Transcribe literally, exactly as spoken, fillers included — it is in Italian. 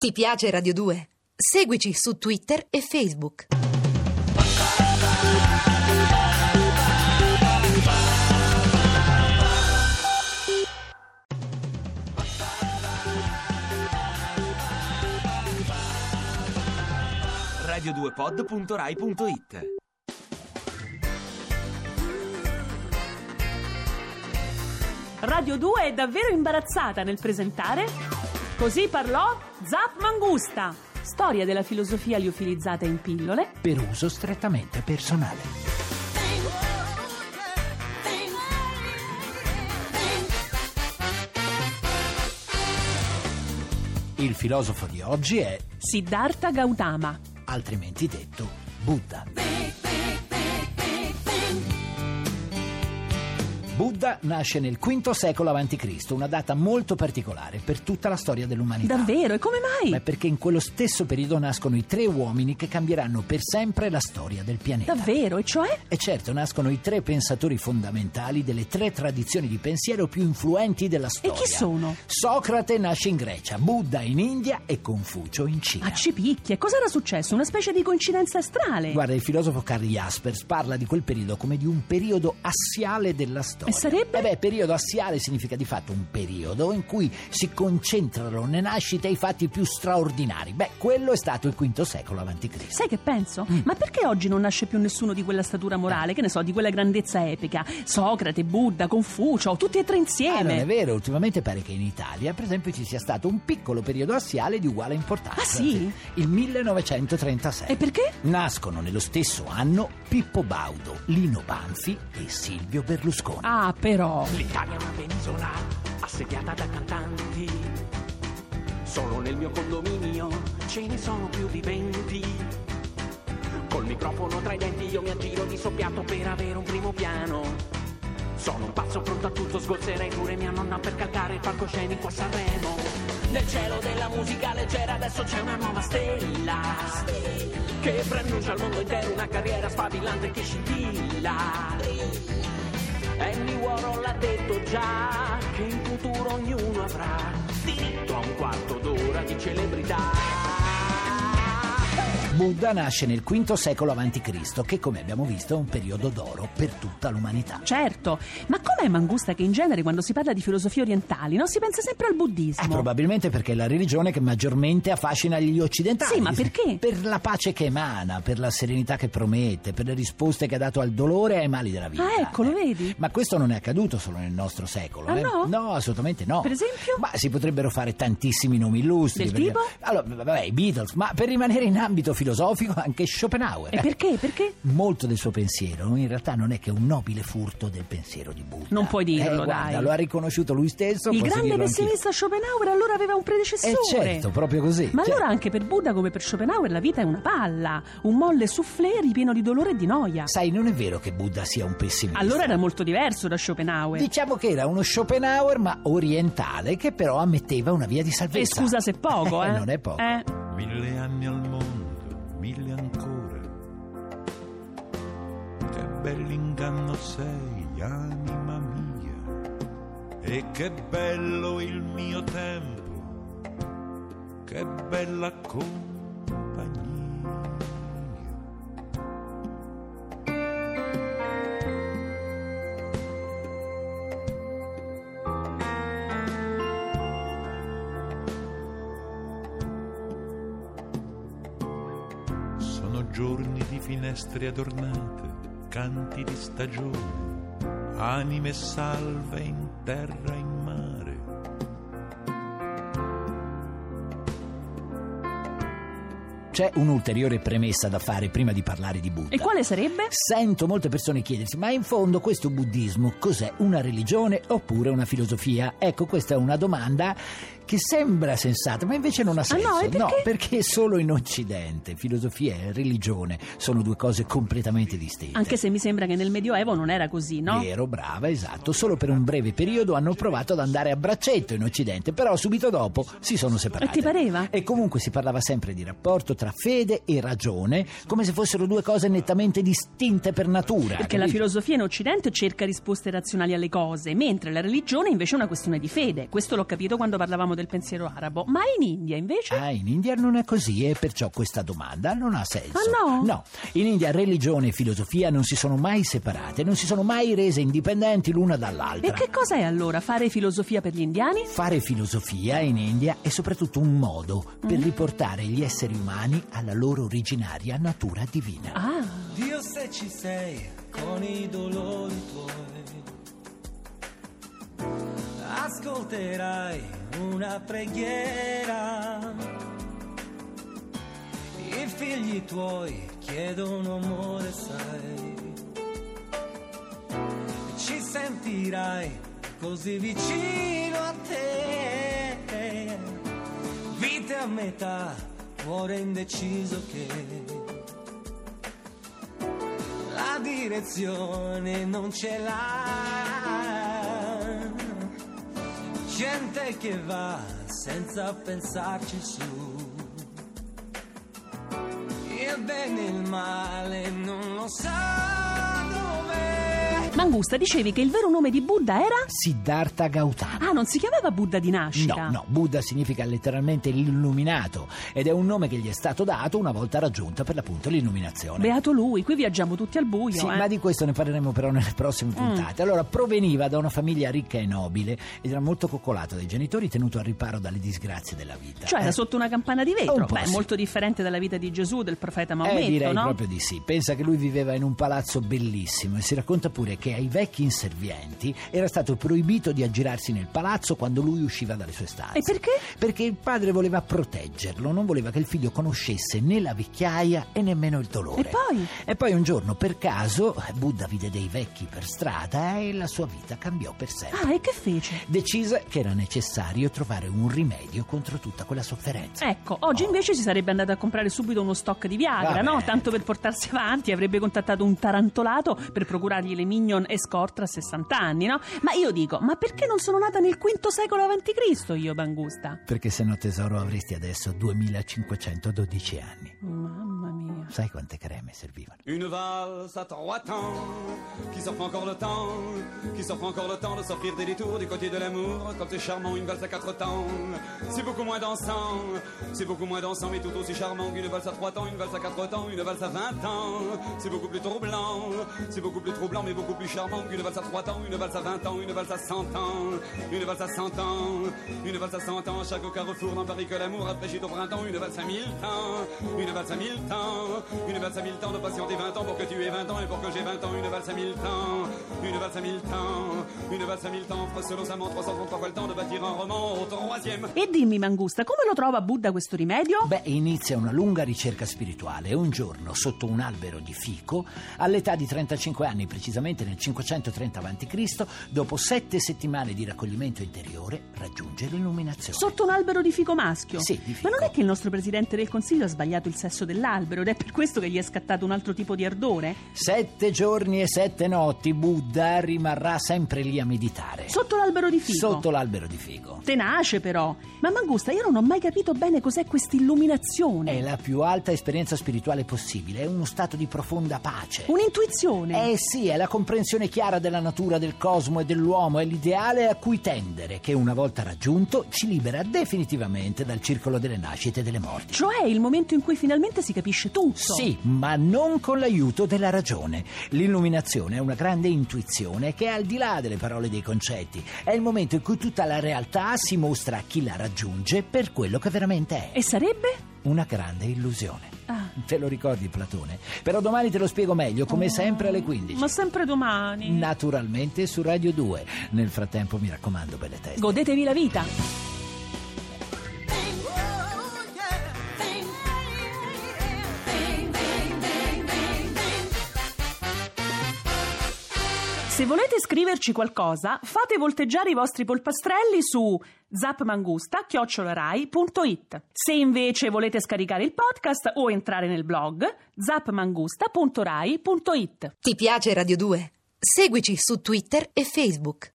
Ti piace Radio due? Seguici su Twitter e Facebook. radio due pod punto rai punto it. Radio due è davvero imbarazzata nel presentare Così parlò Zap Mangusta, storia della filosofia liofilizzata in pillole per uso strettamente personale. Il filosofo di oggi è Siddhartha Gautama, altrimenti detto Buddha. Buddha nasce nel quinto secolo avanti Cristo, una data molto particolare per tutta la storia dell'umanità. Davvero? E come mai? Beh, perché in quello stesso periodo nascono i tre uomini che cambieranno per sempre la storia del pianeta. Davvero? E cioè? E certo, nascono i tre pensatori fondamentali delle tre tradizioni di pensiero più influenti della storia. E chi sono? Socrate nasce in Grecia, Buddha in India e Confucio in Cina. A cipicchie, cos'era successo? Una specie di coincidenza astrale? Guarda, il filosofo Karl Jaspers parla di quel periodo come di un periodo assiale della storia. E sarebbe? Eh beh, periodo assiale significa di fatto un periodo in cui si concentrano le nascite e i fatti più straordinari. Beh, quello è stato il quinto secolo avanti Cristo. Sai che penso? Mm. Ma perché oggi non nasce più nessuno di quella statura morale, che ne so, di quella grandezza epica? Socrate, Buddha, Confucio, tutti e tre insieme. Ah, non è vero, ultimamente pare che in Italia, per esempio, ci sia stato un piccolo periodo assiale di uguale importanza. Ah, sì? Il millenovecentotrentasei. E perché? Nascono nello stesso anno Pippo Baudo, Lino Banfi e Silvio Berlusconi. Ah, però. L'Italia è una penisola assediata da cantanti. Solo nel mio condominio ce ne sono più di venti. Col microfono tra i denti io mi aggiro di soppiatto per avere un primo piano. Sono un pazzo pronto a tutto, sgozzerei pure mia nonna per calcare il palcoscenico a Sanremo. Nel cielo della musica leggera adesso c'è una nuova stella che preannuncia al mondo intero una carriera sfavillante che scintilla. Andy Warhol ha detto già che in futuro ognuno avrà diritto a un quarto d'ora di celebrità. Buddha nasce nel quinto secolo avanti Cristo, che come abbiamo visto è un periodo d'oro per tutta l'umanità. Certo, ma com'è Mangusta che in genere quando si parla di filosofie orientali non si pensa sempre al buddismo? Eh, probabilmente perché è la religione che maggiormente affascina gli occidentali. Sì, ma perché? Per la pace che emana, per la serenità che promette, per le risposte che ha dato al dolore e ai mali della vita. Ah, ecco, lo Eh, vedi? Ma questo non è accaduto solo nel nostro secolo. Ah, eh? no? No, assolutamente no. Per esempio? Ma si potrebbero fare tantissimi nomi illustri. Del perché- tipo? Allora, vabbè, i Beatles, ma per rimanere in ambito filosofico anche Schopenhauer. E eh. perché? Perché? Molto del suo pensiero in realtà non è che un nobile furto del pensiero di Buddha. Non puoi dirlo, eh, guarda, dai. lo ha riconosciuto lui stesso. Il posso grande dirlo anch'io. pessimista Schopenhauer allora aveva un predecessore. Eh certo, proprio così. Ma Certo. allora anche per Buddha come per Schopenhauer la vita è una palla, un molle soufflé ripieno di dolore e di noia. Sai, non è vero che Buddha sia un pessimista. Allora era molto diverso da Schopenhauer. Diciamo che era uno Schopenhauer ma orientale, che però ammetteva una via di E salvezza. scusa se poco, eh. non è poco. Eh. Mille anni al mondo, mille ancora. Che bell'inganno sei, anima mia. E che bello il mio tempo. Che bella compagnia. Sono giorni di finestre adornate, canti di stagione, anime salve in terra e in mare. C'è un'ulteriore premessa da fare prima di parlare di Buddha. E quale sarebbe? Sento molte persone chiedersi: ma in fondo questo buddismo cos'è? Una religione oppure una filosofia? Ecco, questa è una domanda che sembra sensata, ma invece non ha senso. no, e perché? No, perché solo in Occidente filosofia e religione sono due cose completamente distinte. Anche se mi sembra che nel Medioevo non era così, no? Vero, brava, esatto. Solo per un breve periodo hanno provato ad andare a braccetto in Occidente, però subito dopo si sono separate. E ti pareva? E comunque si parlava sempre di rapporto tra fede e ragione, come se fossero due cose nettamente distinte per natura. Perché la capito? filosofia in Occidente cerca risposte razionali alle cose, mentre la religione invece è una questione di fede. Questo l'ho capito quando parlavamo del pensiero arabo. Ma in India invece? Ah, in India non è così e perciò questa domanda non ha senso. Ah, no? No, in India religione e filosofia non si sono mai separate, non si sono mai rese indipendenti l'una dall'altra. E che cosa è allora fare filosofia per gli indiani? Fare filosofia in India è soprattutto un modo per Mm. riportare gli esseri umani alla loro originaria natura divina. Ah, Dio, se ci sei con i dolori tuoi, ascolterai una preghiera. I figli tuoi chiedono amore, sai, ci sentirai così vicino a te. Vite a metà, cuore indeciso che la direzione non ce l'ha. Gente che va senza pensarci su. Il bene e il male non lo sa dov'è. Mangusta, dicevi che il vero nome di Buddha era? Siddhartha Gautama. Ah, non si chiamava Buddha di nascita? No, no, Buddha significa letteralmente l'illuminato ed è un nome che gli è stato dato una volta raggiunta per l'appunto l'illuminazione. Beato lui, qui viaggiamo tutti al buio. Sì, eh. ma di questo ne parleremo però nelle prossime puntate. Allora, proveniva da una famiglia ricca e nobile ed era molto coccolato dai genitori, tenuto al riparo dalle disgrazie della vita. Cioè era Eh, sotto una campana di vetro. Un po' Beh, sì. molto differente dalla vita di Gesù, del profeta Maometto, Eh, direi no? proprio di sì. Pensa che lui viveva in un palazzo bellissimo e si racconta pure che ai vecchi inservienti era stato proibito di aggirarsi nel palazzo quando lui usciva dalle sue stanze. E perché? Perché il padre voleva proteggerlo, non voleva che il figlio conoscesse né la vecchiaia e nemmeno il dolore. E poi? E poi un giorno, per caso, Buddha vide dei vecchi per strada e la sua vita cambiò per sempre. Ah, e che fece? Decise che era necessario trovare un rimedio contro tutta quella sofferenza. Ecco, oggi Oh. invece si sarebbe andato a comprare subito uno stock di Viagra, Vabbè. no? Tanto per portarsi avanti, avrebbe contattato un tarantolato per procurargli le Minion Escort a sessanta anni, no? Ma io dico, ma perché non sono nata nel quinto secolo avanti Cristo io, Mangusta? Perché se no, tesoro, avresti adesso duemilacinquecentododici anni. Mamma mia. Sai quante creme servivano? Une valse à trois temps, qui s'offre encore le temps, qui s'offre encore le temps de s'offrir des détours du côté de l'amour, comme c'est charmant une valse à quatre temps. C'est beaucoup moins dansant, c'est beaucoup moins dansant, mais tout aussi charmant qu'une valse à trois temps, une valse à quatre temps, une valse à vingt ans. C'est beaucoup plus troublant, c'est beaucoup plus troublant, mais beaucoup plus charmant qu'une valse à trois temps, une valse à vingt ans, une valse à cent ans, une valse à cent ans, une valse à cent ans. Chaque au carrefour dans Paris que l'amour a fraîchi au printemps, une valse à mille temps, une valse à mille temps, une valse à mille temps de patienter vingt ans pour que tu aies vingt ans et pour que j'ai vingt ans, une valse à mille temps, une valse à mille temps, une valse à mille temps, frecelosament trois cent trente-trois fois le temps de bâtir un roman au troisième. E dimmi, Mangusta, come lo trova Buddha questo rimedio? Beh, inizia una lunga ricerca spirituale e un giorno, sotto un albero di fico, all'età di trentacinque anni, precisamente nel cinquecentotrenta avanti Cristo, dopo sette settimane di raccoglimento interiore, raggiunge l'illuminazione. Sotto un albero di fico maschio? Sì, di fico. Ma non è che il nostro Presidente del Consiglio ha sbagliato il sesso dell'albero ed è per questo che gli è scattato un altro tipo di ardore? Sette giorni e sette notti Buddha rimarrà sempre lì a meditare. Sotto l'albero di fico? Sotto l'albero di fico. Tenace però. Ma Mangusta, io non ho mai capito bene cos'è questa illuminazione. È la più alta esperienza spirituale possibile, è uno stato di profonda pace. Un'intuizione. Eh sì, è la comprensione chiara della natura del cosmo e dell'uomo, è l'ideale a cui tendere, che una volta raggiunto ci libera definitivamente dal circolo delle nascite e delle morti. Cioè il momento in cui finalmente si capisce tutto. Sì, ma non con l'aiuto della ragione. L'illuminazione è una grande intuizione che è al di là delle parole e dei concetti. È il momento in cui tutta la realtà si mostra a chi la raggiunge per quello che veramente è. E sarebbe? Una grande illusione. Ah. Te lo ricordi, Platone? Però domani te lo spiego meglio, come sempre alle quindici. Ma sempre domani. Naturalmente su Radio due. Nel frattempo, mi raccomando, belle teste. Godetevi la vita. Se volete scriverci qualcosa, fate volteggiare i vostri polpastrelli su zapmangusta chiocciola rai punto it. Se invece volete scaricare il podcast o entrare nel blog zapmangusta punto rai punto it. Ti piace Radio due? Seguici su Twitter e Facebook.